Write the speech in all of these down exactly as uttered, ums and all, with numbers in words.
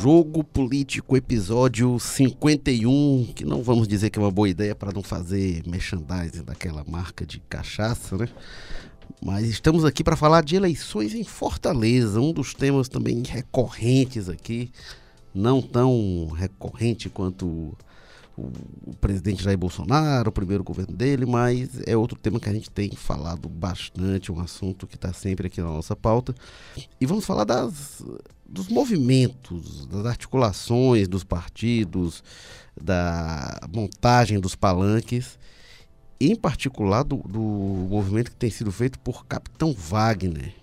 Jogo Político, episódio cinquenta e um, que não vamos dizer que é uma boa ideia para não fazer merchandising daquela marca de cachaça, né? Mas estamos aqui para falar de eleições em Fortaleza, um dos temas também recorrentes aqui, não tão recorrente quanto o, o, o presidente Jair Bolsonaro, o primeiro governo dele, mas é outro tema que a gente tem falado bastante, um assunto que está sempre aqui na nossa pauta. E vamos falar das, dos movimentos, das articulações dos partidos, da montagem dos palanques, em particular do, do movimento que tem sido feito por Capitão Wagner,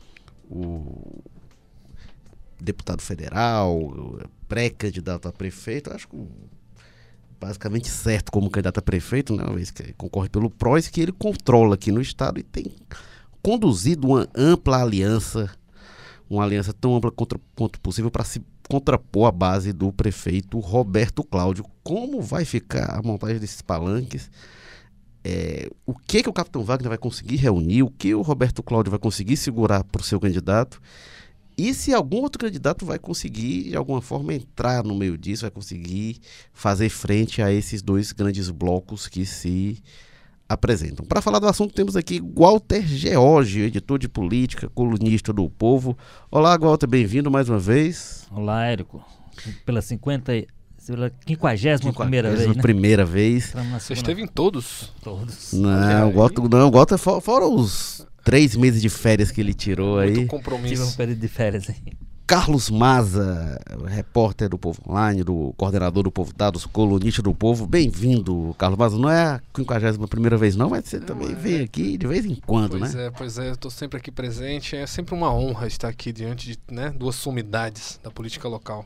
o deputado federal, pré-candidato a prefeito, acho que basicamente certo como candidato a prefeito, né, uma vez que concorre pelo P R O S, que ele controla aqui no estado e tem conduzido uma ampla aliança, uma aliança tão ampla quanto, quanto possível para se contrapor à base do prefeito Roberto Cláudio. Como vai ficar a montagem desses palanques? É, o que, que o Capitão Wagner vai conseguir reunir, o que o Roberto Cláudio vai conseguir segurar para o seu candidato, e se algum outro candidato vai conseguir, de alguma forma, entrar no meio disso, vai conseguir fazer frente a esses dois grandes blocos que se apresentam. Para falar do assunto, temos aqui Walter George, editor de política, colunista do Povo. Olá, Walter, bem-vindo mais uma vez. Olá, Érico. Pela cinquenta Pela quinquagésima primeira vez, né? primeira vez. Você esteve em todos? Todos. Não, o Walter, não, o Walter for, fora os três meses de férias que ele tirou aí. Muito compromisso. Tive um período de férias aí. Carlos Maza, repórter do Povo Online, do coordenador do Povo Dados, colunista do Povo. Bem-vindo, Carlos Maza. Não é a quinquagésima primeira vez não, mas você não, também é... vem aqui de vez em quando, pois né? Pois é, pois é. Eu estou sempre aqui presente. É sempre uma honra estar aqui diante de, né, duas sumidades da política local.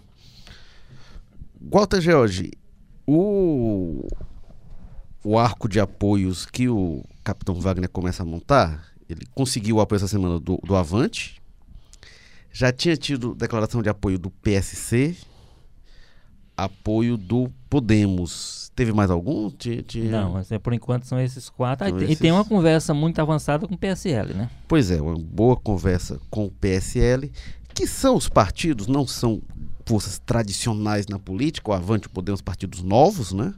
Walter George, o, o arco de apoios que o Capitão Wagner começa a montar, ele conseguiu o apoio essa semana do, do Avante, já tinha tido declaração de apoio do P S C, apoio do Podemos. Teve mais algum? Tinha, tinha... Não, mas é, por enquanto são esses quatro. São e, esses... e tem uma conversa muito avançada com o P S L, né? Pois é, uma boa conversa com o P S L, que são os partidos, não são forças tradicionais na política, o Avante e o Podemos, partidos novos, né?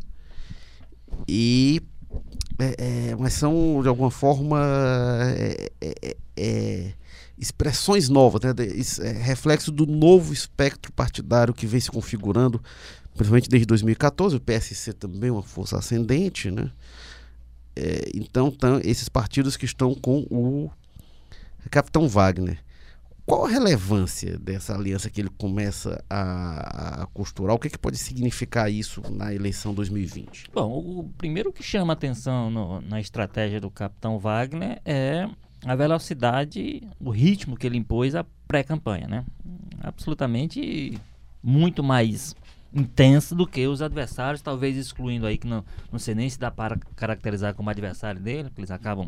E, é, é, mas são, de alguma forma, é, é, é, expressões novas, né? É, reflexo do novo espectro partidário que vem se configurando, principalmente desde dois mil e catorze, o P S C também é uma força ascendente, né? É, então, tam, esses partidos que estão com o Capitão Wagner. Qual a relevância dessa aliança que ele começa a, a costurar? O que, que pode significar isso na eleição dois mil e vinte? Bom, o primeiro que chama atenção no, na estratégia do Capitão Wagner é a velocidade, o ritmo que ele impôs à pré-campanha, né? Absolutamente muito mais intensa do que os adversários, talvez excluindo aí, que não, não sei nem se dá para caracterizar como adversário dele, porque eles acabam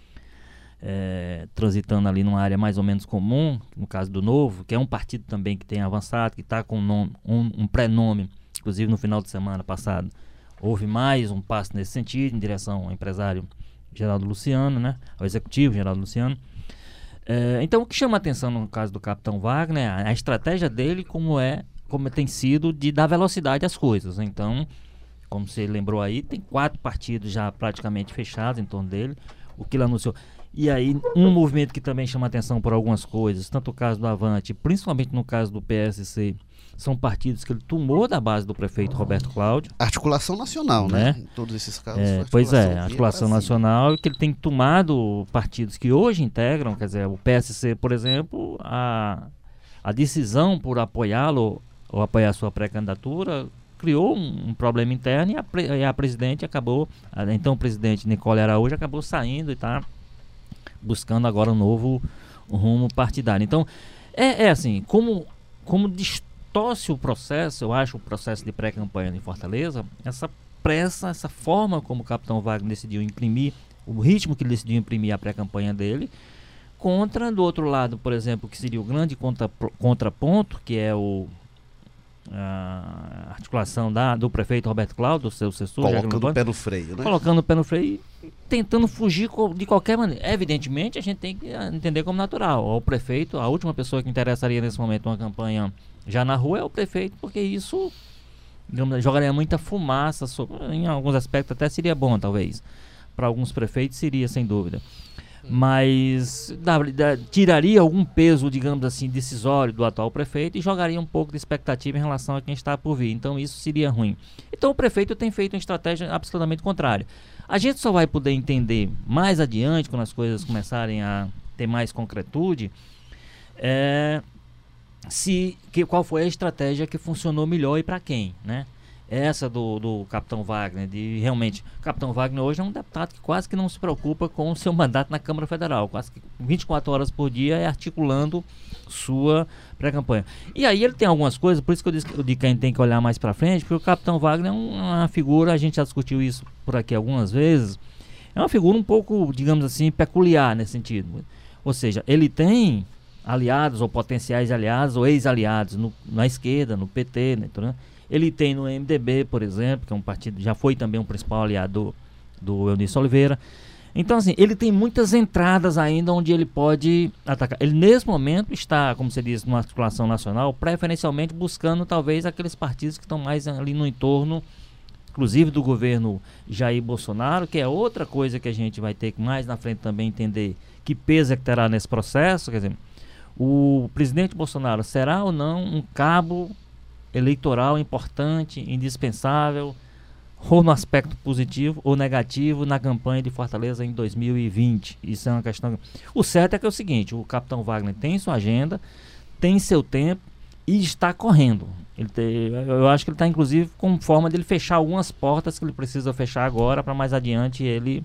É, transitando ali numa área mais ou menos comum, no caso do Novo, que é um partido também que tem avançado, que está com um, nome, um, um pré-nome, inclusive no final de semana passado, houve mais um passo nesse sentido, em direção ao empresário Geraldo Luciano, né, ao executivo Geraldo Luciano. É, então, o que chama a atenção no caso do Capitão Wagner é a estratégia dele, como, é, como tem sido de dar velocidade às coisas. Então, como você lembrou aí, tem quatro partidos já praticamente fechados em torno dele, o que ele anunciou. E aí, um movimento que também chama atenção por algumas coisas, tanto o caso do Avante, principalmente no caso do P S C, são partidos que ele tomou da base do prefeito Roberto Cláudio. Articulação nacional, né? né? Em todos esses casos. É, pois é, articulação nacional, e que ele tem tomado partidos que hoje integram, quer dizer, o P S C, por exemplo, a, a decisão por apoiá-lo ou apoiar a sua pré-candidatura criou um, um problema interno e a, pre, e a presidente acabou, a, então o presidente Nicole Araújo acabou saindo e está buscando agora um novo rumo partidário. Então, é, é assim, como, como distorce o processo, eu acho, o processo de pré-campanha em Fortaleza, essa pressa, essa forma como o Capitão Wagner decidiu imprimir, o ritmo que ele decidiu imprimir a pré-campanha dele, contra, do outro lado, por exemplo, que seria o grande contra, contraponto, que é o, a articulação da, do prefeito Roberto Cláudio, do seu assessor, colocando o pé no freio, né? Colocando o pé no freio e tentando fugir de qualquer maneira. Evidentemente, a gente tem que entender como natural. O prefeito, a última pessoa que interessaria nesse momento uma campanha já na rua é o prefeito, porque isso, digamos, jogaria muita fumaça, sobre, em alguns aspectos até seria bom, talvez. Para alguns prefeitos seria, sem dúvida. Mas da, da, tiraria algum peso, digamos assim, decisório do atual prefeito e jogaria um pouco de expectativa em relação a quem está por vir. Então isso seria ruim. Então o prefeito tem feito uma estratégia absolutamente contrária. A gente só vai poder entender mais adiante, quando as coisas começarem a ter mais concretude, é, se, que, qual foi a estratégia que funcionou melhor e para quem, né? Essa do, do Capitão Wagner, de realmente, o Capitão Wagner hoje é um deputado que quase que não se preocupa com o seu mandato na Câmara Federal, quase que vinte e quatro horas por dia é articulando sua pré-campanha. E aí ele tem algumas coisas, por isso que eu disse que quem tem que olhar mais para frente, porque o Capitão Wagner é uma figura, a gente já discutiu isso por aqui algumas vezes, é uma figura um pouco, digamos assim, peculiar nesse sentido. Ou seja, ele tem aliados ou potenciais aliados ou ex-aliados no, na esquerda, no P T, né, né? Ele tem no M D B, por exemplo, que é um partido, já foi também um principal aliado do, do Eunício Oliveira. Então, assim, ele tem muitas entradas ainda onde ele pode atacar. Ele, nesse momento, está, como você disse, numa articulação nacional, preferencialmente buscando, talvez, aqueles partidos que estão mais ali no entorno, inclusive do governo Jair Bolsonaro, que é outra coisa que a gente vai ter que mais na frente também entender que peso é que terá nesse processo. Quer dizer, o presidente Bolsonaro será ou não um cabo eleitoral importante, indispensável, ou no aspecto positivo ou negativo na campanha de Fortaleza em dois mil e vinte. Isso é uma questão. O certo é que é o seguinte: o Capitão Wagner tem sua agenda, tem seu tempo e está correndo. Ele tem, eu acho que ele está inclusive com forma de ele fechar algumas portas que ele precisa fechar agora, para mais adiante ele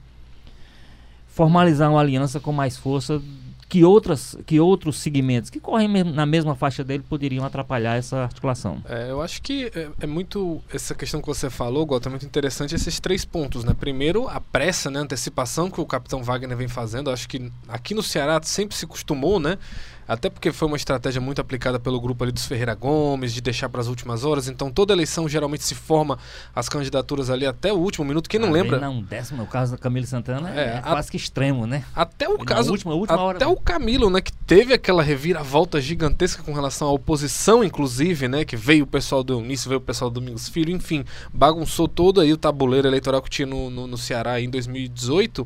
formalizar uma aliança com mais força que, outras, que outros segmentos que correm na mesma faixa dele poderiam atrapalhar essa articulação. É, eu acho que é, é muito, essa questão que você falou, Gota, é muito interessante esses três pontos, né? Primeiro, a pressa, né, a antecipação que o Capitão Wagner vem fazendo. Eu acho que aqui no Ceará sempre se costumou, né? Até porque foi uma estratégia muito aplicada pelo grupo ali dos Ferreira Gomes, de deixar para as últimas horas. Então toda eleição geralmente se forma as candidaturas ali até o último minuto. Quem não ah, lembra? Não, décimo, o caso da Camilo Santana é, é a, quase que extremo, né? Até o e caso, última, última até hora, o Camilo, né, que teve aquela reviravolta gigantesca com relação à oposição, inclusive, né, que veio o pessoal do Eunício, veio o pessoal do Domingos Filho, enfim, bagunçou todo aí o tabuleiro eleitoral que tinha no, no, no Ceará em dois mil e dezoito.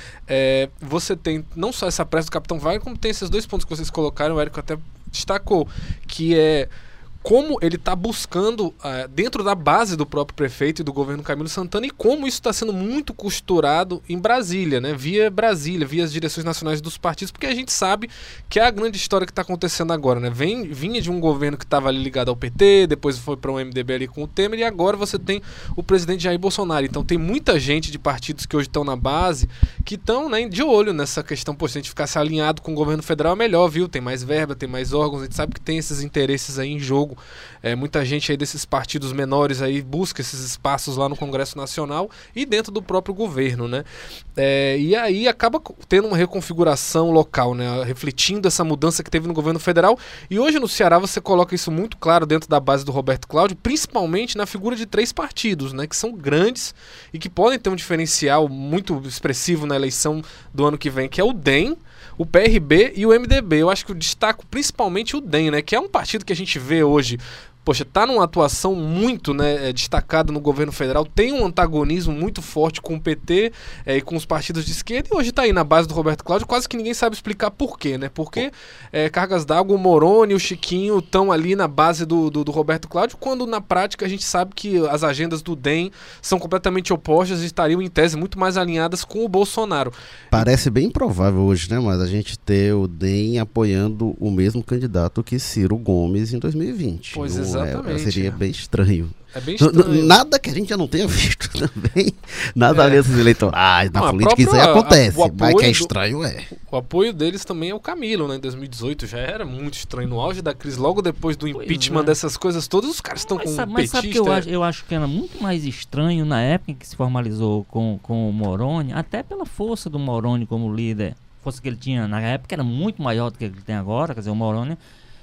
É, você tem não só essa pressa do Capitão Wagner, como tem esses dois pontos que vocês colocaram, o Érico até destacou, que é como ele está buscando uh, dentro da base do próprio prefeito e do governo Camilo Santana, e como isso está sendo muito costurado em Brasília, né? Via Brasília, via as direções nacionais dos partidos, porque a gente sabe que é a grande história que está acontecendo agora, né? Vem, vinha de um governo que estava ali ligado ao P T, depois foi para o M D B ali com o Temer, e agora você tem o presidente Jair Bolsonaro. Então tem muita gente de partidos que hoje estão na base, que estão, né, de olho nessa questão. Pô, se a gente ficasse alinhado com o governo federal é melhor, viu? Tem mais verba, tem mais órgãos, a gente sabe que tem esses interesses aí em jogo. É, muita gente aí desses partidos menores aí busca esses espaços lá no Congresso Nacional e dentro do próprio governo, né? É, e aí acaba tendo uma reconfiguração local, né? Refletindo essa mudança que teve no governo federal. E hoje no Ceará você coloca isso muito claro dentro da base do Roberto Cláudio, principalmente na figura de três partidos, né? Que são grandes e que podem ter um diferencial muito expressivo na eleição do ano que vem, que é o D E M, o P R B e o M D B. Eu acho que eu destaco principalmente o D E M, né? Que é um partido que a gente vê hoje, poxa, tá numa atuação muito, né, destacada no governo federal, tem um antagonismo muito forte com o P T é, e com os partidos de esquerda, e hoje tá aí na base do Roberto Cláudio, quase que ninguém sabe explicar por quê, né? Porque é, Cargas d'Água, o Moroni e o Chiquinho estão ali na base do, do, do Roberto Cláudio, quando na prática a gente sabe que as agendas do D E M são completamente opostas e estariam em tese muito mais alinhadas com o Bolsonaro. Parece bem improvável hoje, né? Mas a gente ter o D E M apoiando o mesmo candidato que Ciro Gomes em dois mil e vinte. Pois é. Exatamente. É, seria bem estranho. É bem estranho. Nada que a gente já não tenha visto também nas é. alianças eleitorais, na não, política, isso aí acontece. A, mas que é estranho, do, é. O apoio deles também é o Camilo, né? Em dois mil e dezoito já era muito estranho. No auge da crise, logo depois do pois impeachment é. dessas coisas todas, os caras estão com sabe, um mas petista. Mas sabe que eu acho, eu acho que era muito mais estranho na época em que se formalizou com, com o Moroni, até pela força do Moroni como líder. A força que ele tinha na época era muito maior do que ele tem agora, quer dizer, o Moroni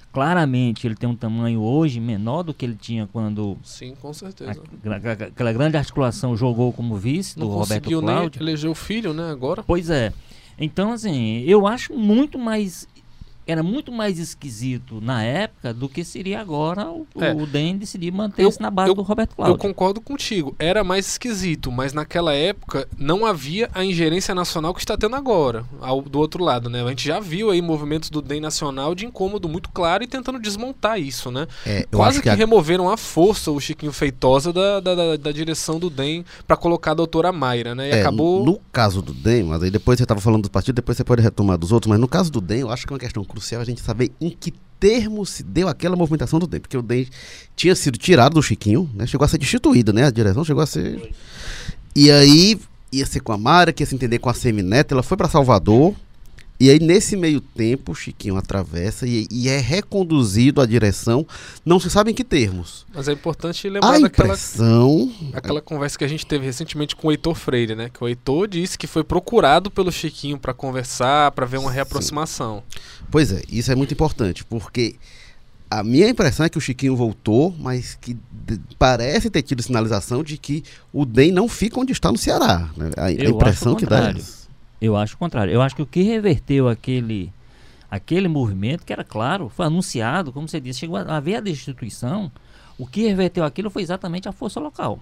claramente ele tem um tamanho hoje menor do que ele tinha quando Sim, com certeza. a, a, aquela grande articulação jogou como vice Não do Roberto conseguiu Cláudio. nem eleger o filho, né, agora. Pois é. Então, assim, eu acho muito mais... Era muito mais esquisito na época do que seria agora o, É. o D E M decidir manter-se na base eu, do Roberto Cláudio. Eu concordo contigo. Era mais esquisito, mas naquela época não havia a ingerência nacional que está tendo agora, ao, do outro lado, né? A gente já viu aí movimentos do D E M nacional de incômodo muito claro e tentando desmontar isso, né? É, eu Quase acho que, que a- removeram à força o Chiquinho Feitosa da, da, da, da direção do D E M para colocar a doutora Mayra, né? E É, acabou... no caso do D E M, mas aí depois você estava falando do partido, depois você pode retomar dos outros, mas no caso do D E M, eu acho que é uma questão crucial a gente saber em que termos se deu aquela movimentação do D E M, porque o D E M tinha sido tirado do Chiquinho, né? Chegou a ser destituída, né? A direção chegou a ser... E aí ia ser com a Mara, que ia se entender com a Semineto, ela foi para Salvador, e aí nesse meio tempo o Chiquinho atravessa e, e é reconduzido à direção, não se sabe em que termos. Mas é importante lembrar A daquela... impressão... Aquela conversa que a gente teve recentemente com o Heitor Freire, né? Que o Heitor disse que foi procurado pelo Chiquinho para conversar, para ver uma reaproximação. Pois é, isso é muito importante, porque a minha impressão é que o Chiquinho voltou, mas que de- parece ter tido sinalização de que o D E M não fica onde está no Ceará, né? A, a Eu impressão acho o que dá é contrário. essa. Eu acho o contrário. Eu acho que o que reverteu aquele, aquele movimento, que era claro, foi anunciado, como você disse, chegou a haver a destituição, o que reverteu aquilo foi exatamente a força local.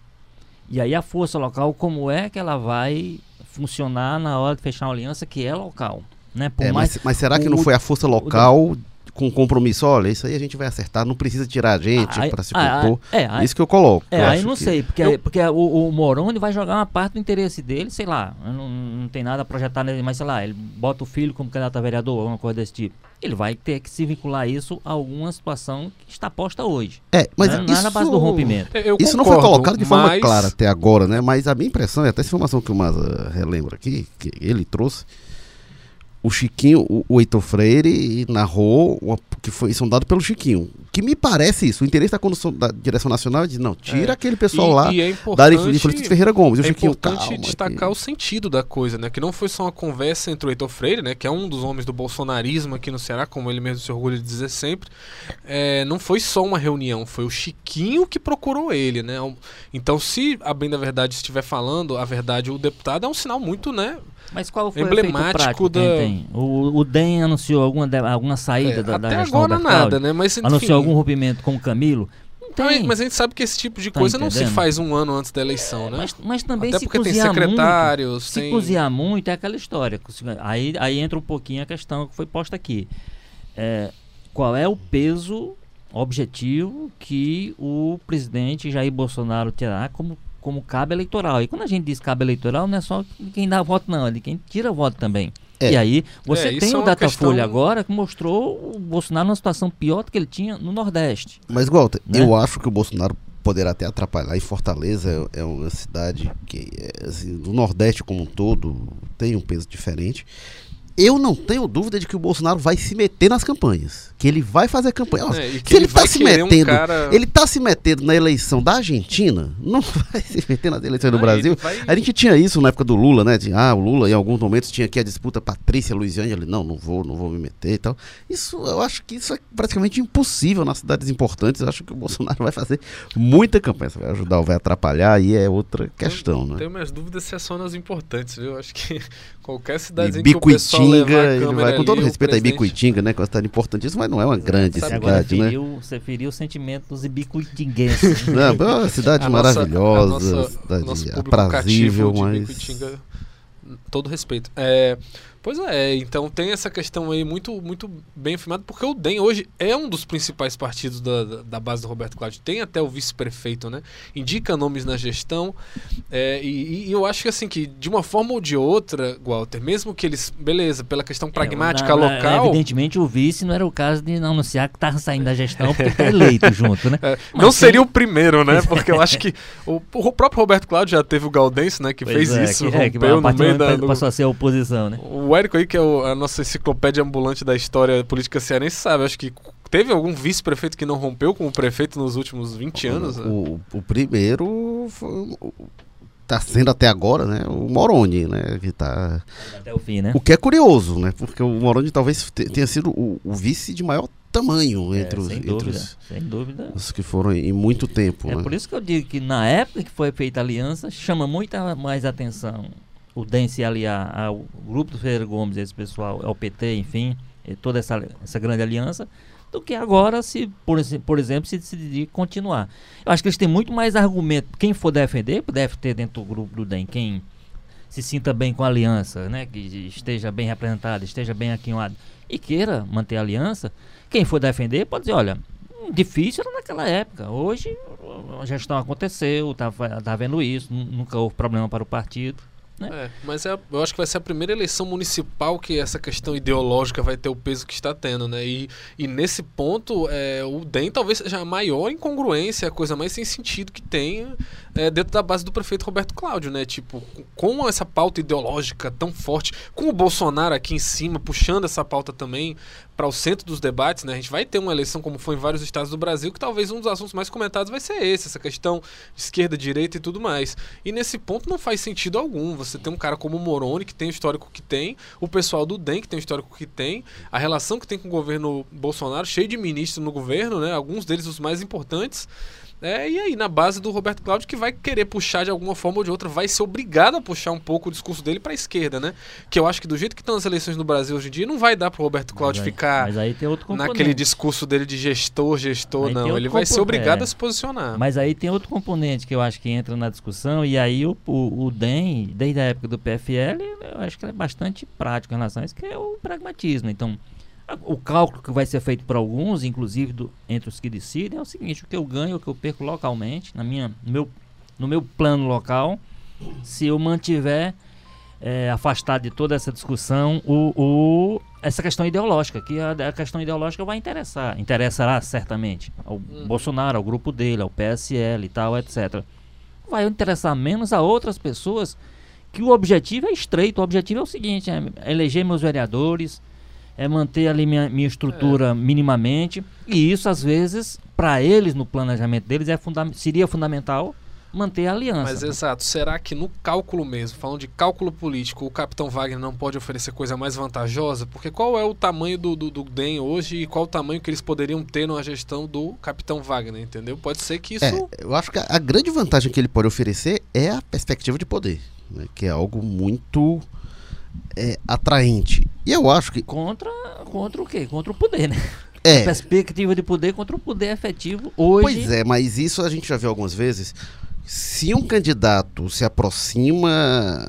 E aí a força local, como é que ela vai funcionar na hora de fechar uma aliança que é local? Né? Por É, mais, mas, mas será que o- não foi a força local com compromisso? Olha, isso aí a gente vai acertar, não precisa tirar a gente Aí- para se ah, compor. é, aí- Isso que eu coloco. É, eu aí acho não que- sei, porque, Eu- porque o, o Moroni vai jogar uma parte do interesse dele, sei lá, não, não tem nada a projetar nele, mas sei lá, ele bota o filho como candidato a vereador, alguma coisa desse tipo. Ele vai ter que se vincular isso a alguma situação que está posta hoje. É, mas Não é- não é isso, na base do rompimento. Eu isso não foi concordo, colocado de forma mas- clara até agora, né? Mas a minha impressão, e até essa informação que o Maza relembra aqui, que ele trouxe, o Chiquinho, o, o Heitor Freire narrou uma, que foi sondado pelo Chiquinho. Que me parece isso. O interesse da, condução, da direção nacional é de não, tira É. aquele pessoal E- lá e é da importante- área de Francisco Ferreira Gomes. E o É Chiquinho, importante calma, destacar que- o sentido da coisa, né? Que não foi só uma conversa entre o Heitor Freire, né? Que é um dos homens do bolsonarismo aqui no Ceará, como ele mesmo se orgulha de dizer sempre. É, não foi só uma reunião, foi o Chiquinho que procurou ele, né? Então, se a bem da verdade estiver falando a verdade, o deputado é um sinal muito, né? Mas qual foi Emblemático o efeito prático da- que ele tem? O, o D E M anunciou alguma, de- alguma saída É, da, da até gestão agora Roberto nada, Cláudio? né? Mas, enfim, Anunciou algum rompimento com o Camilo? Não tem. Mas, mas a gente sabe que esse tipo de Tá coisa não se entendendo? faz um ano antes da eleição, né? Mas, mas também Até se porque tem cozinhar secretários, muito, se tem... cozinhar muito é aquela história. Aí, aí entra um pouquinho a questão que foi posta aqui. É, qual é o peso objetivo que o presidente Jair Bolsonaro terá como, como cabo eleitoral? E quando a gente diz cabo eleitoral, não é só quem dá voto, não, é de quem tira voto também. É. E aí, você É, isso tem é o uma Datafolha questão- agora que mostrou o Bolsonaro numa situação pior do que ele tinha no Nordeste. Mas, Walter, Né? eu acho que o Bolsonaro poderá até atrapalhar. E Fortaleza é, é uma cidade que, é, assim, do Nordeste como um todo, tem um peso diferente. Eu não tenho dúvida de que o Bolsonaro vai se meter nas campanhas. Que ele vai fazer campanha. Nossa, É, e que se ele ele vai está se querer um metendo, cara- ele tá se metendo na eleição da Argentina, não vai se meter nas eleições do Ah, Brasil. ele vai- A gente tinha isso na época do Lula, né? De, ah, o Lula em alguns momentos tinha aqui a disputa Patrícia Luiziane, ele não, não vou, não vou me meter e tal. Isso, eu acho que isso é praticamente impossível nas cidades importantes. Eu acho que o Bolsonaro vai fazer muita campanha. Se vai ajudar ou vai atrapalhar, aí é outra questão, né? Tenho minhas dúvidas se é só nas importantes, viu? Acho que qualquer E cidade que o pessoal levar Bicuitinga, a ele câmera vai, com todo ali, o respeito a presidente- Ibicuitinga, né? Que é uma cidade importantíssima, mas não é uma grande Sabe, Você agora cidade, né? feriu, você feriu o sentimento dos ibicuitinguenses. Não, é uma cidade A nossa- maravilhosa, a nossa- cidade nosso público aprazível, cativo de mas... Bicuitinga, todo respeito. É, pois é, então tem essa questão aí muito, muito bem afirmada, porque o D E M hoje é um dos principais partidos da, da, da base do Roberto Cláudio. Tem até o vice-prefeito, né? Indica nomes na gestão. É, e, e eu acho que assim, que de uma forma ou de outra, Walter, mesmo que eles, beleza, pela questão pragmática É, na- na- local. Evidentemente o vice não era o caso de não anunciar que estava saindo da gestão porque está eleito junto, né? É, Mas não tem- seria o primeiro, né? Porque eu acho que o, o próprio Roberto Cláudio já teve o Galdense, né? Que Pois fez é, isso, que, é, que rompeu a no partir do meio momento da... ele do- passou a ser a oposição, né? O Érico aí, que é o- a nossa enciclopédia ambulante da história política cearense, sabe? Acho que teve algum vice-prefeito que não rompeu com o prefeito nos últimos vinte anos. né? O, o primeiro foi, tá sendo até agora, né? O Moroni, né? Que tá... Até o fim, né? O que é curioso, né? Porque o Moroni talvez te- tenha sido o, o vice de maior tamanho É, entre, os, sem entre dúvida, os, sem dúvida. os que foram em muito tempo. É né? por isso que eu digo que na época que foi feita a aliança, chama muita mais atenção o D E M se aliar ao grupo do Ferreira Gomes, esse pessoal, ao P T, enfim, e toda essa, essa grande aliança, do que agora, se por, por exemplo, se decidir continuar. Eu acho que eles têm muito mais argumento. Quem for defender, deve ter dentro do grupo do D E M, quem se sinta bem com a aliança, né, que esteja bem representado, esteja bem aquinhoado e queira manter a aliança, quem for defender pode dizer, olha, difícil era naquela época, hoje a gestão aconteceu, tá, tá vendo isso, nunca houve problema para o partido. Né? É, mas é, eu acho que vai ser a primeira eleição municipal que essa questão ideológica vai ter o peso que está tendo, né? E, e nesse ponto, é, o D E M talvez seja a maior incongruência, a coisa mais sem sentido que tem é, dentro da base do prefeito Roberto Cláudio, né? Tipo, com essa pauta ideológica tão forte, com o Bolsonaro aqui em cima, puxando essa pauta também para o centro dos debates, né? A gente vai ter uma eleição como foi em vários estados do Brasil, que talvez um dos assuntos mais comentados vai ser esse, essa questão de esquerda, direita e tudo mais. E nesse ponto não faz sentido algum. Você tem um cara como o Moroni, que tem o histórico que tem, o pessoal do D E M, que tem o histórico que tem, a relação que tem com o governo Bolsonaro, cheio de ministros no governo, né? Alguns deles os mais importantes. É, e aí, na base do Roberto Cláudio, que vai querer puxar de alguma forma ou de outra, vai ser obrigado a puxar um pouco o discurso dele para a esquerda, né? Que eu acho que do jeito que estão as eleições no Brasil hoje em dia, não vai dar pro Roberto Cláudio Mas aí- ficar mas aí tem outro componente. naquele discurso dele de gestor, gestor, Aí não. tem Ele outro vai ser compo- obrigado é. a se posicionar. Mas aí tem outro componente que eu acho que entra na discussão, e aí o, o, o D E M, desde a época do P F L, eu acho que ele é bastante prático em relação a isso, que é o pragmatismo. Então, a- o cálculo que vai ser feito por alguns, inclusive do- entre os que decidem, é o seguinte: o que eu ganho, o que eu perco localmente, na minha, no, meu, no meu plano local, se eu mantiver é, afastado de toda essa discussão o, o- essa questão ideológica, que a, a questão ideológica vai interessar, interessará certamente ao Bolsonaro, ao grupo dele, ao P S L e tal, etcétera. Vai interessar menos a outras pessoas, que o objetivo é estreito. O objetivo é o seguinte: é eleger meus vereadores, é manter ali minha, minha estrutura minimamente, e isso às vezes, para eles, no planejamento deles, é funda- seria fundamental manter a aliança. Mas exato, será que no cálculo mesmo, falando de cálculo político, o capitão Wagner não pode oferecer coisa mais vantajosa? Porque qual é o tamanho do, do, do D E M hoje e qual o tamanho que eles poderiam ter na gestão do capitão Wagner, entendeu? Pode ser que isso... É, eu acho que a, a grande vantagem que ele pode oferecer é a perspectiva de poder, né, que é algo muito é, atraente. E eu acho que Contra, contra o quê? Contra o poder, né? é, Perspectiva de poder contra o poder efetivo hoje. pois é, mas isso a gente já viu algumas vezes. Se um candidato se aproxima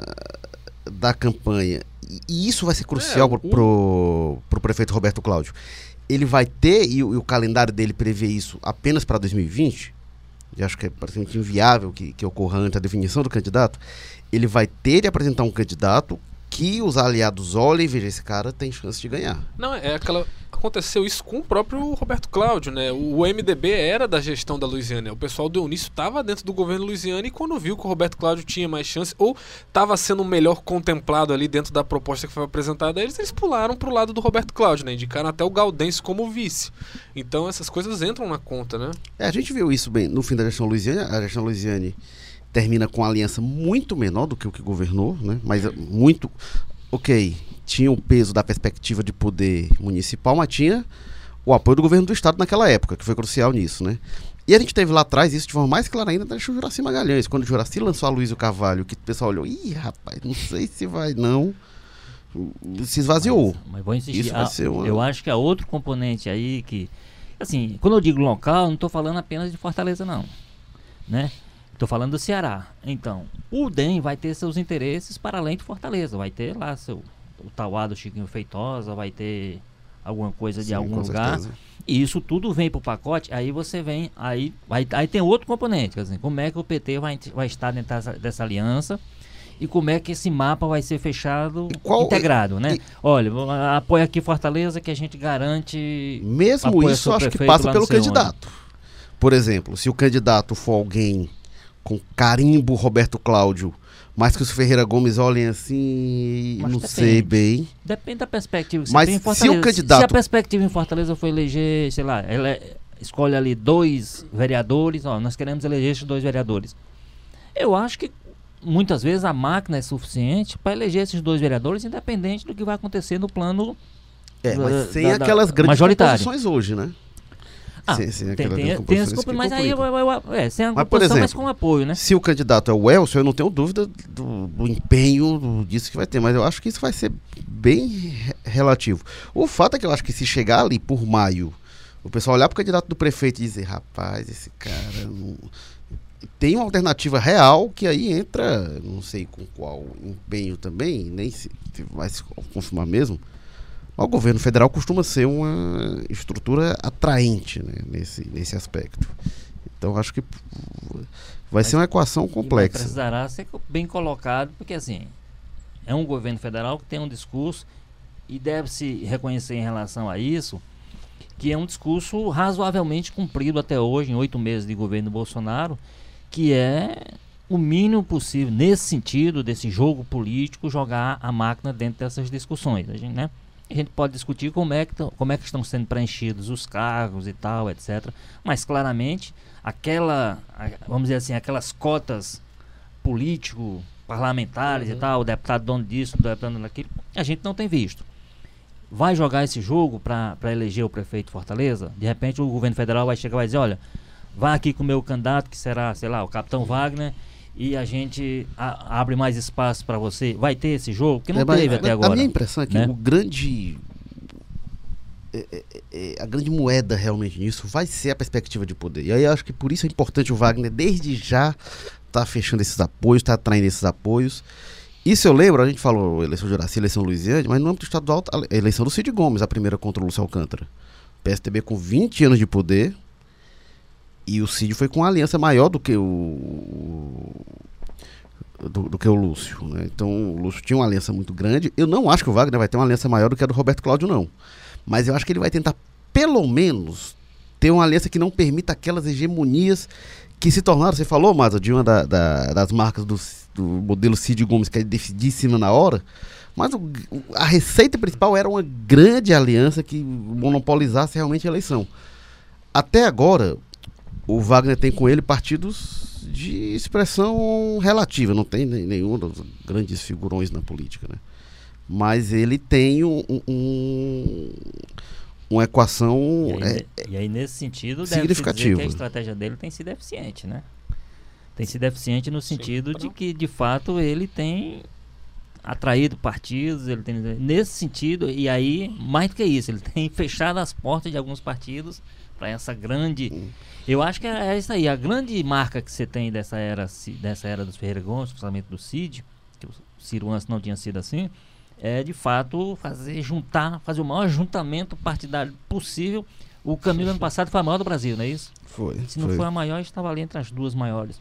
da campanha, e- e isso vai ser crucial É, pro, o- pro, pro prefeito Roberto Cláudio, ele vai ter, e, o e o calendário dele prevê isso apenas para dois mil e vinte, eu acho que é praticamente inviável que, que ocorra antes a definição do candidato, ele vai ter de apresentar um candidato que os aliados olhem e vejam, esse cara tem chance de ganhar. Não, é aquela... Aconteceu isso com o próprio Roberto Cláudio, né? O M D B era da gestão da Luiziane. O pessoal do Eunício estava dentro do governo Luiziane e quando viu que o Roberto Cláudio tinha mais chance ou estava sendo melhor contemplado ali dentro da proposta que foi apresentada a eles, eles pularam pro lado do Roberto Cláudio, né? Indicaram até o Gaudêncio como vice. Então essas coisas entram na conta, né? É, a gente viu isso bem no fim da gestão Luiziane. A gestão Luiziane termina com uma aliança muito menor do que o que governou, né? Mas é, muito... Ok, tinha o peso da perspectiva de poder municipal, mas tinha o apoio do governo do estado naquela época, que foi crucial nisso, né? E a gente teve lá atrás isso de forma mais clara ainda da gestão Juracy Magalhães, quando o Juracy lançou a Luísio Carvalho, que o pessoal olhou, ih, rapaz, não sei se vai não, se esvaziou. Mas, mas vou insistir. Isso vai Ah, ser uma- Eu acho que há outro componente aí que... Assim, quando eu digo local, não estou falando apenas de Fortaleza, não. Né? Estou falando do Ceará. Então, o D E M vai ter seus interesses para além de Fortaleza. Vai ter lá seu, o Tauá do Chiquinho Feitosa, vai ter alguma coisa de Sim, algum com lugar. certeza. E isso tudo vem pro pacote, aí você vem, aí, aí, aí tem outro componente, quer dizer, como é que o P T vai, vai estar dentro dessa, dessa aliança e como é que esse mapa vai ser fechado, E qual- integrado, né? e- Olha, apoia aqui Fortaleza que a gente garante... Mesmo apoia isso, seu eu acho que prefeito passa lá pelo não sei onde. candidato. Por exemplo, se o candidato for alguém com carimbo Roberto Cláudio, mas que os Ferreira Gomes olhem assim, Mas não depende. sei bem. Depende da perspectiva que você Mas tem em se Fortaleza. o candidato- Se a perspectiva em Fortaleza for eleger, sei lá, ela é- escolhe ali dois vereadores, ó, nós queremos eleger esses dois vereadores. Eu acho que muitas vezes a máquina é suficiente para eleger esses dois vereadores, independente do que vai acontecer no plano É, mas da- sem da- aquelas da- grandes majoritária. composições hoje, né? Ah, Sem- sem tem, aquelas tem, grandes tem as composições comp- que mas aí eu, complicam. eu, eu, é, sem a Mas, por composição, mas exemplo, com apoio, né? Se o candidato é o Elcio, eu não tenho dúvida do, do empenho do- disso que vai ter, mas eu acho que isso vai ser bem re- relativo. O fato é que eu acho que se chegar ali por maio, o pessoal olhar para o candidato do prefeito e dizer, rapaz, esse cara não... tem uma alternativa real que aí entra, não sei com qual empenho também, nem se se vai se confirmar mesmo. O governo federal costuma ser uma estrutura atraente, né, nesse, nesse aspecto. Então acho que vai ser uma equação E vai complexa. precisará ser co- bem colocado, porque assim, é um governo federal que tem um discurso e deve-se reconhecer em relação a isso, que é um discurso razoavelmente cumprido até hoje, em oito meses de governo Bolsonaro, que é o mínimo possível, nesse sentido, desse jogo político, jogar a máquina dentro dessas discussões. A gente, né? A gente pode discutir como é, que tão- como é que estão sendo preenchidos os cargos e tal, etcétera. Mas claramente, aquela, a- vamos dizer assim, aquelas cotas político, parlamentares Uhum. e tal, o deputado dono disso, o deputado dono daquilo, a gente não tem visto. Vai jogar esse jogo para eleger o prefeito de Fortaleza? De repente o governo federal vai chegar e vai dizer, olha, vá aqui com o meu candidato, que será, sei lá, o capitão Wagner, e a gente a- abre mais espaço para você. Vai ter esse jogo? Porque não É, mas teve a- até a agora. minha impressão é que né? o grande é- é- é- a grande moeda realmente nisso vai ser a perspectiva de poder. E aí eu acho que por isso é importante o Wagner desde já estar fechando esses apoios, estar atraindo esses apoios. Isso eu lembro, a gente falou eleição de Horácio, eleição Luiziane, mas no âmbito estadual, a eleição do Cid Gomes, a primeira contra o Lúcio Alcântara. P S D B com vinte anos de poder, e o Cid foi com uma aliança maior do que o do, do que o Lúcio, né? Então o Lúcio tinha uma aliança muito grande. Eu não acho que o Wagner vai ter uma aliança maior do que a do Roberto Cláudio, não. Mas eu acho que ele vai tentar, pelo menos, ter uma aliança que não permita aquelas hegemonias que se tornaram, você falou, Maza, de uma da- da- das marcas do, do modelo Cid Gomes, que é decidíssima na hora, mas o- o- a receita principal era uma grande aliança que monopolizasse realmente a eleição. Até agora, o Wagner tem com ele partidos de expressão relativa, não tem nem- nenhum dos grandes figurões na política, né? Mas ele tem um, um- uma equação E aí, é, ne- e aí, nesse sentido, deve significativo. dizer que a estratégia dele tem sido eficiente, né? Tem sido eficiente no sentido de que, de fato, ele tem atraído partidos, ele tem nesse sentido, e aí, mais do que isso, ele tem fechado as portas de alguns partidos para essa grande... Hum. Eu acho que é, é isso aí, a grande marca que você tem dessa era, Ci- dessa era dos Ferreira Gomes, principalmente do Cid, que o Ciro antes não tinha sido assim, é de fato fazer juntar, fazer o maior juntamento partidário possível. O Camilo ano passado foi a maior do Brasil, não é isso? foi, Se não foi. for a maior, estava ali entre as duas maiores.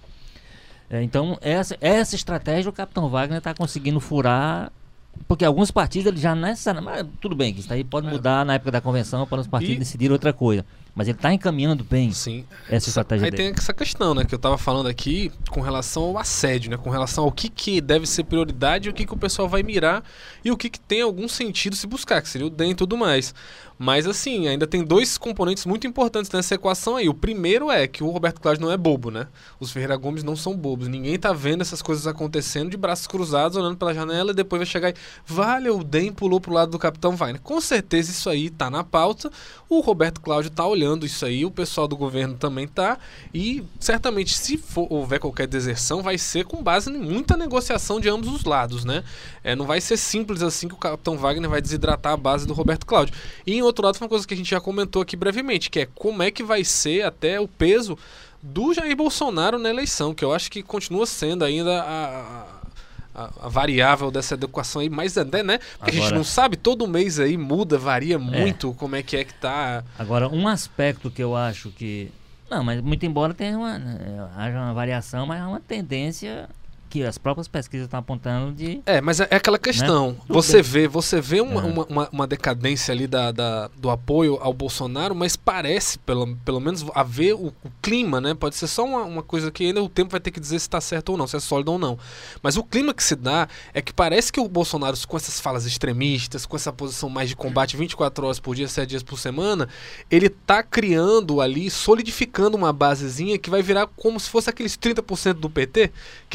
É, então, essa, essa estratégia o capitão Wagner está conseguindo furar, porque alguns partidos ele já necessariamente. Mas tudo bem, que isso aí pode mudar na época da convenção para os partidos E- decidirem outra coisa. Mas ele está encaminhando bem Sim. essa estratégia Aí dele. tem essa questão, né, que eu tava falando aqui com relação ao assédio, né, com relação ao que, que deve ser prioridade, o que, que o pessoal vai mirar e o que, que tem algum sentido se buscar, que seria o D E M e tudo mais. Mas assim, ainda tem dois componentes muito importantes nessa equação aí. O primeiro é que o Roberto Cláudio não é bobo, né? Os Ferreira Gomes não são bobos. Ninguém tá vendo essas coisas acontecendo de braços cruzados, olhando pela janela e depois vai chegar e... Vale, o D E M pulou pro lado do Capitão Wagner. Com certeza isso aí tá na pauta. O Roberto Cláudio tá olhando isso aí, o pessoal do governo também tá. E certamente, se for, houver qualquer deserção, vai ser com base em muita negociação de ambos os lados, né? É, não vai ser simples assim que o Capitão Wagner vai desidratar a base do Roberto Cláudio. E em outro lado, foi uma coisa que a gente já comentou aqui brevemente, que é como é que vai ser até o peso do Jair Bolsonaro na eleição, que eu acho que continua sendo ainda a, a, a variável dessa adequação aí, mais até, né? Porque a gente Agora- não sabe, todo mês aí muda, varia muito como é que é que tá. Agora, um aspecto que eu acho que... Não, mas muito embora tenha uma, eh, haja uma variação, mas é uma tendência que as próprias pesquisas estão apontando de... É, mas é é aquela questão. Né? Você vê, você vê uma, É. uma, uma- uma decadência ali da, da- do apoio ao Bolsonaro, mas parece, pelo, pelo menos, haver o, o clima, né? Pode ser só uma, uma coisa que ainda o tempo vai ter que dizer se está certo ou não, se é sólido ou não. Mas o clima que se dá é que parece que o Bolsonaro, com essas falas extremistas, com essa posição mais de combate vinte e quatro horas por dia, sete dias por semana, ele tá criando ali, solidificando uma basezinha que vai virar como se fosse aqueles trinta por cento do P T, que toda eleição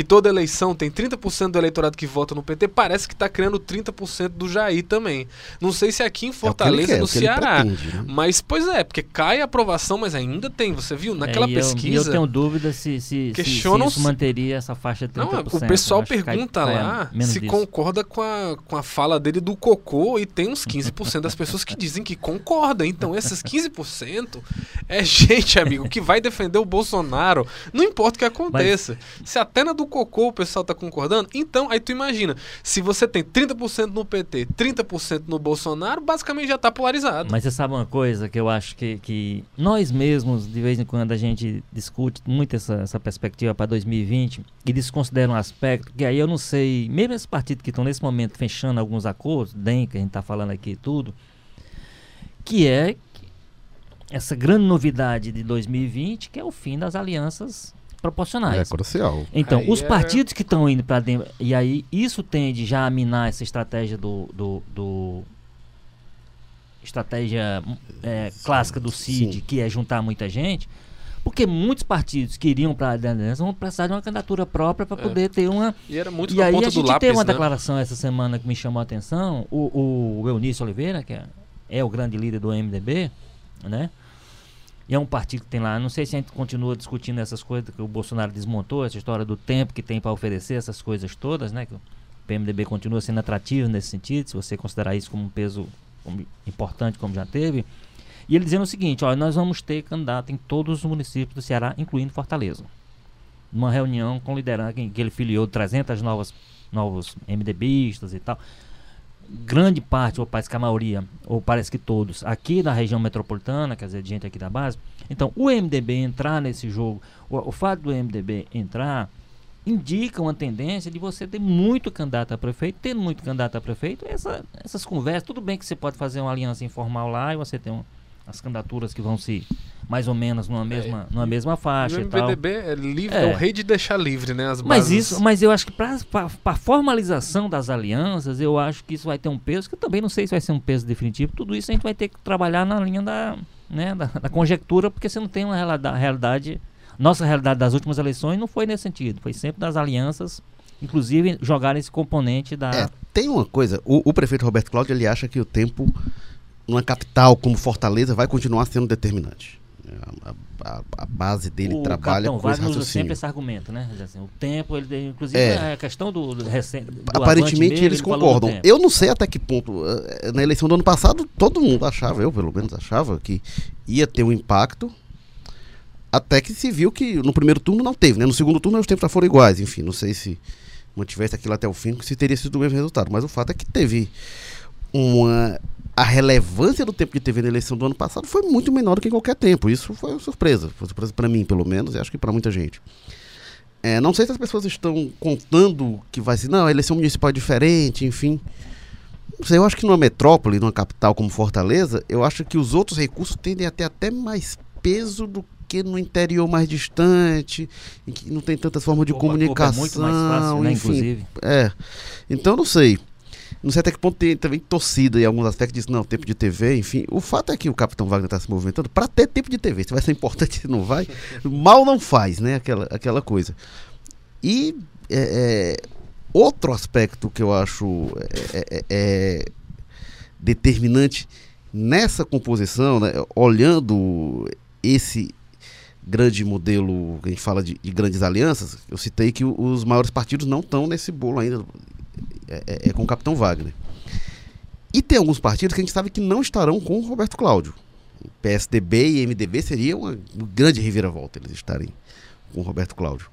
eleição tem trinta por cento do eleitorado que vota no P T, parece que está criando trinta por cento do Jair também. Não sei se aqui em Fortaleza, é no o que Ceará. ele pretende, né? Mas, pois é, porque cai a aprovação, mas ainda tem, você viu? Naquela é, e pesquisa... Eu, e eu tenho dúvida se, se, questionam se, se isso manteria essa faixa de trinta por cento. Não, o pessoal Acho que pergunta cai, lá é, se disso. concorda com a, com a fala dele do cocô, e tem uns quinze por cento das pessoas que dizem que concordam. Então, esses quinze por cento é gente, amigo, que vai defender o Bolsonaro. Não importa o que aconteça. Mas... se até na do cocô o pessoal tá concordando, então, aí tu imagina, se você tem trinta por cento no P T, trinta por cento no Bolsonaro, basicamente já tá polarizado. Mas você sabe uma coisa que eu acho que, que nós mesmos, de vez em quando, a gente discute muito essa, essa perspectiva para dois mil e vinte e desconsidera um aspecto que aí eu não sei, mesmo esses partidos que estão nesse momento fechando alguns acordos, D E M, que a gente tá falando aqui e tudo, que é essa grande novidade de dois mil e vinte, que é o fim das alianças proporcionais. É crucial. Então, Aí os é- partidos que estão indo para dentro, e aí isso tende já a minar essa estratégia do, do, do estratégia é, clássica do Cid, Sim. que é juntar muita gente, porque muitos partidos que iriam para a aliança vão precisar de uma candidatura própria para É. poder ter uma... E era muito E na aí ponta a do gente lápis, teve uma né? declaração essa semana que me chamou a atenção, o, o Eunício Oliveira, que é, é o grande líder do M D B, né? E é um partido que tem lá, não sei se a gente continua discutindo essas coisas que o Bolsonaro desmontou, essa história do tempo que tem para oferecer, essas coisas todas, né? Que o P M D B continua sendo atrativo nesse sentido, se você considerar isso como um peso como, importante, como já teve. E ele dizendo o seguinte, olha, nós vamos ter candidato em todos os municípios do Ceará, incluindo Fortaleza. Numa reunião com liderança, que ele filiou trezentos novas, novos MDBistas e tal. Grande parte, ou parece que a maioria, ou parece que todos, aqui da região metropolitana, quer dizer, gente aqui da base. Então, o M D B entrar nesse jogo, o, o fato do M D B entrar, indica uma tendência de você ter muito candidato a prefeito. Tendo muito candidato a prefeito, essa, essas conversas, tudo bem que você pode fazer uma aliança informal lá e você tem um, as candidaturas que vão se mais ou menos numa mesma, É, numa mesma E faixa o e tal. M D B é livre, É. é o rei de deixar livre, né? As Mas bases. isso, mas eu acho que para a formalização das alianças, eu acho que isso vai ter um peso, que eu também não sei se vai ser um peso definitivo. Tudo isso a gente vai ter que trabalhar na linha da, né, da, da conjectura, porque você não tem uma realidade, realidade. Nossa realidade das últimas eleições não foi nesse sentido, foi sempre das alianças, inclusive jogar esse componente da. É, tem uma coisa, o, o prefeito Roberto Cláudio, ele acha que o tempo numa capital como Fortaleza vai continuar sendo determinante. A, a, a base dele o trabalha Capitão com esse Wagner usa sempre raciocínio. esse argumento, né? Diz assim, o tempo, ele, inclusive É. a questão do, do, recente, do Aparentemente Avante eles mesmo, ele falou do concordam. tempo. Eu não sei até que ponto. eh, Na eleição do ano passado, todo mundo achava, eu pelo menos achava, que ia ter um impacto. Até que se viu que no primeiro turno não teve, né? No segundo turno os tempos já foram iguais. Enfim, não sei se mantivesse aquilo até o fim, se teria sido o mesmo resultado. Mas o fato é que teve uma. A relevância do tempo de T V na eleição do ano passado foi muito menor do que em qualquer tempo. Isso foi uma surpresa. Foi surpresa para mim, pelo menos, e acho que para muita gente. É, não sei se as pessoas estão contando que vai ser. Não, a eleição municipal é diferente, enfim. Não sei, eu acho que numa metrópole, numa capital como Fortaleza, eu acho que os outros recursos tendem a ter até mais peso do que no interior mais distante, em que não tem tantas formas de Opa, opa, comunicação. é muito mais fácil, né, enfim. inclusive. É. Então, não sei. Não sei até que ponto tem também torcida em alguns aspectos, diz, não, tempo de T V, enfim. O fato é que o Capitão Wagner está se movimentando para ter tempo de T V. Se vai ser importante, se não vai, mal não faz, né? Aquela, aquela coisa. E é, é, outro aspecto que eu acho é, é, é determinante nessa composição, né, olhando esse grande modelo, que a gente fala de, de grandes alianças, eu citei que o, os maiores partidos não estão nesse bolo ainda. É, é, é com o Capitão Wagner. E tem alguns partidos que a gente sabe que não estarão com o Roberto Cláudio. P S D B e M D B seria uma, uma grande reviravolta eles estarem com o Roberto Cláudio.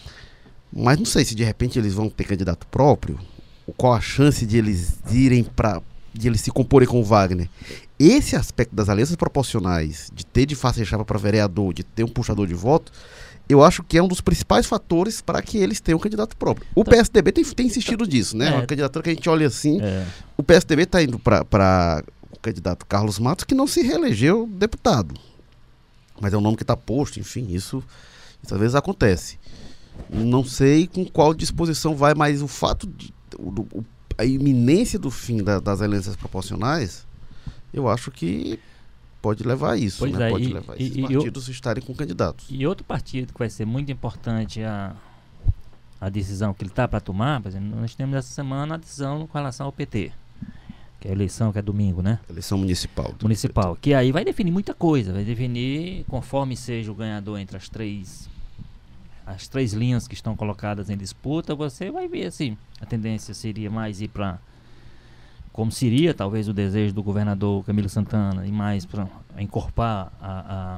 Mas não sei se de repente eles vão ter candidato próprio, ou qual a chance de eles irem para de eles se comporem com o Wagner. Esse aspecto das alianças proporcionais, de ter de face chapa para vereador, de ter um puxador de voto, eu acho que é um dos principais fatores para que eles tenham um candidato próprio. O Então, P S D B tem, tem insistido nisso, né? É. Uma candidatura que a gente olha assim. É. O P S D B está indo para o candidato Carlos Matos, que não se reelegeu deputado. Mas é um nome que está posto, enfim, isso, isso às vezes acontece. Não sei com qual disposição vai, mas o fato de o, o, a iminência do fim da, das alianças proporcionais, eu acho que pode levar a isso, Pois né? é, Pode e- levar e- esses e eu- partidos estarem com candidatos. E outro partido que vai ser muito importante a, a decisão que ele está para tomar, por exemplo, nós temos essa semana a decisão com relação ao P T, que é a eleição que é domingo, né? Eleição municipal. Municipal, que aí vai definir muita coisa, vai definir conforme seja o ganhador entre as três as três linhas que estão colocadas em disputa, você vai ver assim, a tendência seria mais ir para, como seria talvez o desejo do governador Camilo Santana, e mais para encorpar a, a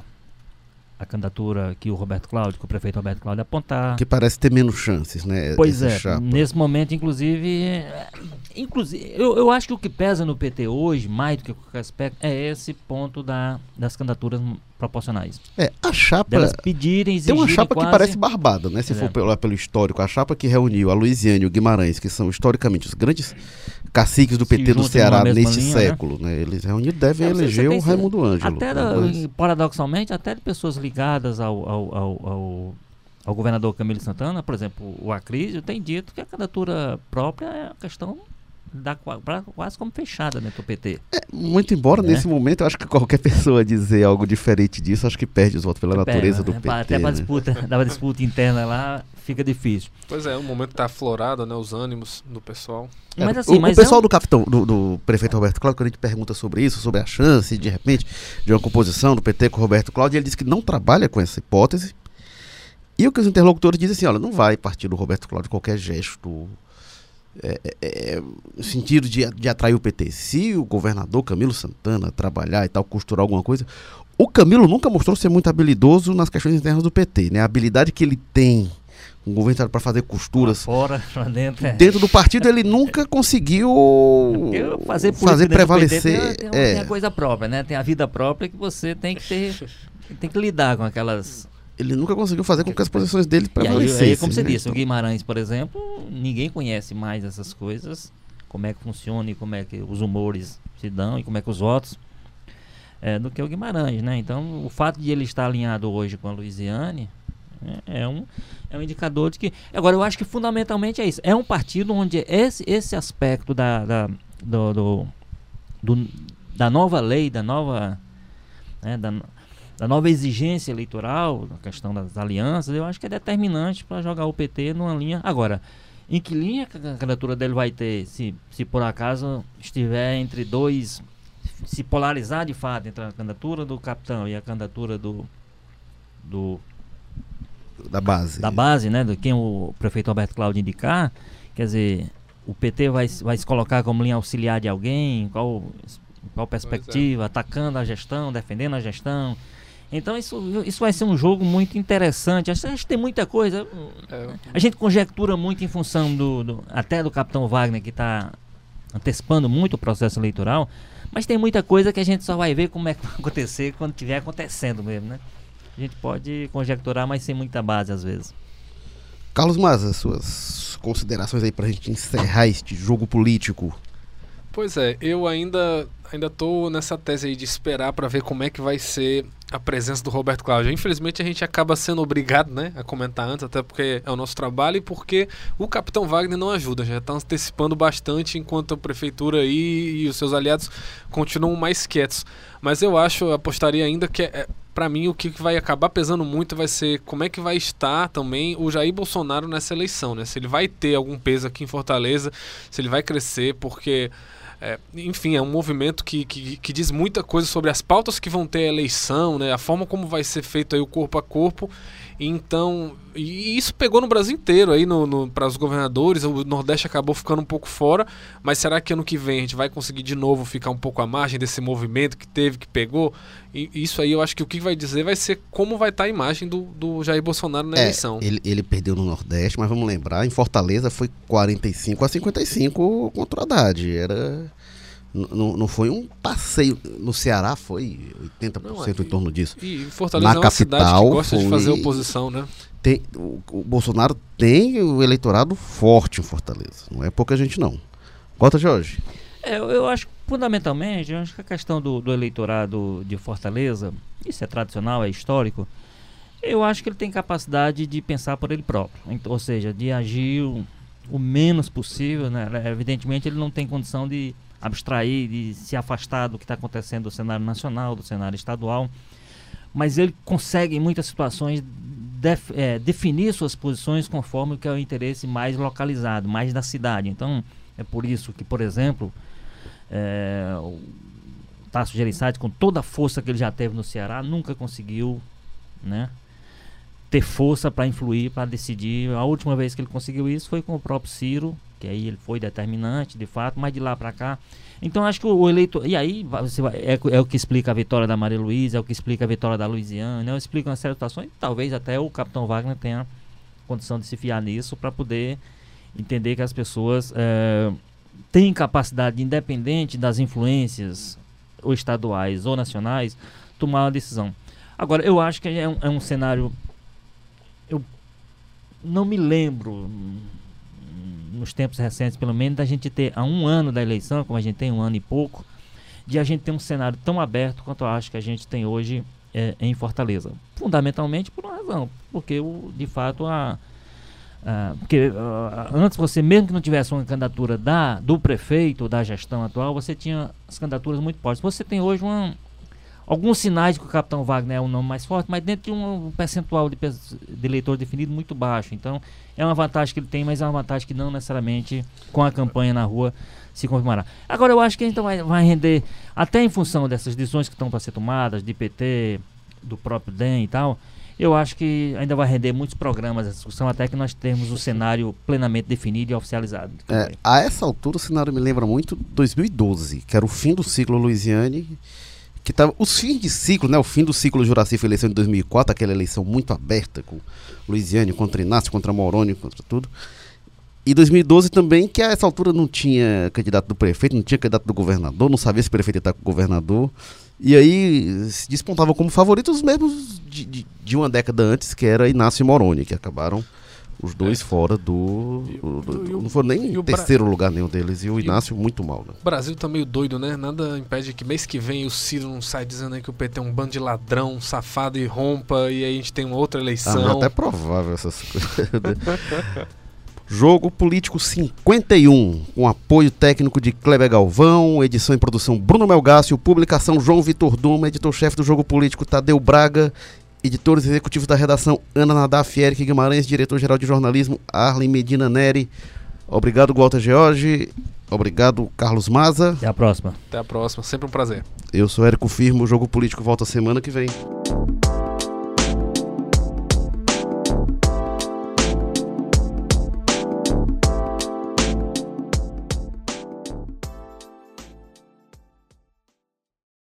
a candidatura que o Roberto Cláudio, que o prefeito Roberto Cláudio apontar. Que parece ter menos chances, né? Pois é, chapa. Nesse momento, inclusive, é, inclusive eu, eu acho que o que pesa no P T hoje, mais do que qualquer aspecto, é esse ponto da, das candidaturas proporcionais. É, a chapa... Delas pedirem, exigirem. Tem uma chapa quase, que parece barbada, né? Se é. for pelo, pelo histórico, a chapa que reuniu a Luiziane e o Guimarães, que são historicamente os grandes caciques do P T do Ceará neste linha, século, né? Né? Eles reunidos devem é, eleger o Raimundo Ângelo. Até, da, mas... paradoxalmente, até de pessoas ligadas ao, ao, ao, ao, ao governador Camilo Santana, por exemplo, o Acrísio, tem dito que a candidatura própria é a questão da, pra, quase como fechada dentro do P T. É, muito embora, né? Nesse momento, eu acho que qualquer pessoa dizer algo diferente disso, acho que perde os votos pela Pega, natureza do né? P T. Até para né? disputa, da disputa interna lá, fica difícil. Pois é, o momento está aflorado, né? Os ânimos do pessoal. É, mas, assim, o, mas o pessoal é um... do capitão, do, do prefeito Roberto Cláudio, quando a gente pergunta sobre isso, sobre a chance, de repente, de uma composição do P T com o Roberto Cláudio, ele diz que não trabalha com essa hipótese. E o que os interlocutores dizem assim, olha, não vai partir do Roberto Cláudio qualquer gesto é, é, no sentido de, de atrair o P T. Se o governador Camilo Santana trabalhar e tal, costurar alguma coisa, o Camilo nunca mostrou ser muito habilidoso nas questões internas do P T, né? A habilidade que ele tem, um governo para fazer costuras fora, pra dentro, é. dentro do partido, ele nunca conseguiu é fazer, fazer prevalecer. P T tem, tem, é. tem a coisa própria, né? Tem a vida própria que você tem que ter, tem que lidar com aquelas. Ele nunca conseguiu fazer com que as posições dele E prevalecessem. aí, aí, como você né? disse, o Guimarães, por exemplo, ninguém conhece mais essas coisas, como é que funciona e como é que os humores se dão e como é que os votos, é, do que o Guimarães, né? Então, o fato de ele estar alinhado hoje com a Luiziane é, é, um, é um indicador de que... Agora, eu acho que fundamentalmente é isso. É um partido onde esse, esse aspecto da, da, do, do, do, da nova lei, da nova... Né, da, da nova exigência eleitoral, a questão das alianças, eu acho que é determinante para jogar o P T numa linha. Agora, em que linha a candidatura dele vai ter, se, se por acaso estiver entre dois, se polarizar de fato entre a candidatura do capitão e a candidatura do, do da base, da base, né, de quem o prefeito Roberto Cláudio indicar, quer dizer, o P T vai, vai se colocar como linha auxiliar de alguém, qual, qual perspectiva, é. atacando a gestão, defendendo a gestão. Então isso, isso vai ser um jogo muito interessante. A gente tem muita coisa. É. A gente conjectura muito em função do, do até do capitão Wagner, que está antecipando muito o processo eleitoral, mas tem muita coisa que a gente só vai ver como é que vai acontecer quando estiver acontecendo mesmo, né? A gente pode conjecturar, mas sem muita base às vezes. Carlos Maza, suas considerações aí para a gente encerrar este jogo político. Pois é, eu ainda ainda tô nessa tese aí de esperar para ver como é que vai ser a presença do Roberto Cláudio. Infelizmente a gente acaba sendo obrigado, né, a comentar antes, até porque é o nosso trabalho e porque o capitão Wagner não ajuda, já está antecipando bastante enquanto a prefeitura aí e os seus aliados continuam mais quietos. Mas eu acho, eu apostaria ainda que, é, para mim, o que vai acabar pesando muito vai ser como é que vai estar também o Jair Bolsonaro nessa eleição, né? Se ele vai ter algum peso aqui em Fortaleza, se ele vai crescer, porque... É, enfim, é um movimento que, que, que diz muita coisa sobre as pautas que vão ter a eleição, né, a forma como vai ser feito aí o corpo a corpo. Então, e isso pegou no Brasil inteiro aí no, no, para os governadores. O Nordeste acabou ficando um pouco fora, mas será que ano que vem a gente vai conseguir de novo ficar um pouco à margem desse movimento que teve, que pegou? E isso aí eu acho que o que vai dizer vai ser como vai estar a imagem do, do Jair Bolsonaro na é, eleição. Ele, ele perdeu no Nordeste, mas vamos lembrar, em Fortaleza foi quarenta e cinco a cinquenta e cinco contra o Haddad. Era... Não, não foi um passeio. No Ceará foi oitenta por cento não, é, em torno disso. E Fortaleza na é uma capital, cidade que gosta foi, de fazer oposição, né? Tem, o, o Bolsonaro tem o eleitorado forte em Fortaleza. Não é pouca gente, não. Conta, Jorge. É, eu, eu acho, fundamentalmente, eu acho que a questão do, do eleitorado de Fortaleza, isso é tradicional, é histórico, eu acho que ele tem capacidade de pensar por ele próprio. Então, ou seja, de agir o, o menos possível, né? Evidentemente, ele não tem condição de abstrair, de se afastar do que está acontecendo do cenário nacional, do cenário estadual, mas ele consegue em muitas situações def, é, definir suas posições conforme o que é o interesse mais localizado, mais da cidade. Então, é por isso que, por exemplo, é, o Tasso Gereissati, com toda a força que ele já teve no Ceará, nunca conseguiu, né, ter força para influir, para decidir. A última vez que ele conseguiu isso foi com o próprio Ciro, que aí ele foi determinante, de fato, mas de lá para cá. Então, acho que o, o eleitor... E aí, você vai, é, é o que explica a vitória da Maria Luísa, é o que explica a vitória da Luiziane, é, explica uma série de situações. Talvez até o capitão Wagner tenha condição de se fiar nisso para poder entender que as pessoas é, têm capacidade, independente das influências ou estaduais ou nacionais, tomar uma decisão. Agora, eu acho que é um, é um cenário... Eu não me lembro... nos tempos recentes, pelo menos, da gente ter há um ano da eleição, como a gente tem um ano e pouco, de a gente ter um cenário tão aberto quanto eu acho que a gente tem hoje é, em Fortaleza. Fundamentalmente por uma razão, porque o, de fato a, a porque a, antes você, mesmo que não tivesse uma candidatura da, do prefeito ou da gestão atual, você tinha as candidaturas muito fortes. Você tem hoje uma, alguns sinais de que o capitão Wagner é um nome mais forte, mas dentro de um percentual de, de eleitor definido muito baixo. Então, é uma vantagem que ele tem, mas é uma vantagem que não necessariamente com a campanha na rua se confirmará. Agora, eu acho que a gente vai, vai render, até em função dessas decisões que estão para ser tomadas, de P T, do próprio D E M e tal, eu acho que ainda vai render muitos programas essa discussão, até que nós temos o cenário plenamente definido e oficializado. É, a essa altura, o cenário me lembra muito dois mil e doze, que era o fim do ciclo Luiziane, que tava, os fins de ciclo, né, o fim do ciclo Juraci foi a eleição de dois mil e quatro, aquela eleição muito aberta, com Luiziane contra Inácio, contra Moroni, contra tudo. E dois mil e doze também, que a essa altura não tinha candidato do prefeito, não tinha candidato do governador, não sabia se o prefeito ia estar com o governador. E aí se despontavam como favoritos os mesmos de, de, de uma década antes, que era Inácio e Moroni, que acabaram os dois é. fora do, do, do, do... Não foi nem em terceiro Bra... lugar nenhum deles. E o Inácio e muito mal, né? O Brasil tá meio doido, né? Nada impede que mês que vem o Ciro não sai dizendo aí que o P T é um bando de ladrão, safado e rompa, e aí a gente tem uma outra eleição. Ah, é até provável essas coisas. Jogo Político cinquenta e um, com apoio técnico de Kleber Galvão, edição e produção Bruno Melgácio, publicação João Vitor Duma, editor-chefe do Jogo Político Tadeu Braga, editores executivos da redação Ana Nadaf, Eric Guimarães, diretor-geral de jornalismo Arlen Medina Neri. Obrigado, Walter George. Obrigado, Carlos Maza. Até a próxima. Até a próxima, sempre um prazer. Eu sou Érico Firmo, o Jogo Político volta semana que vem.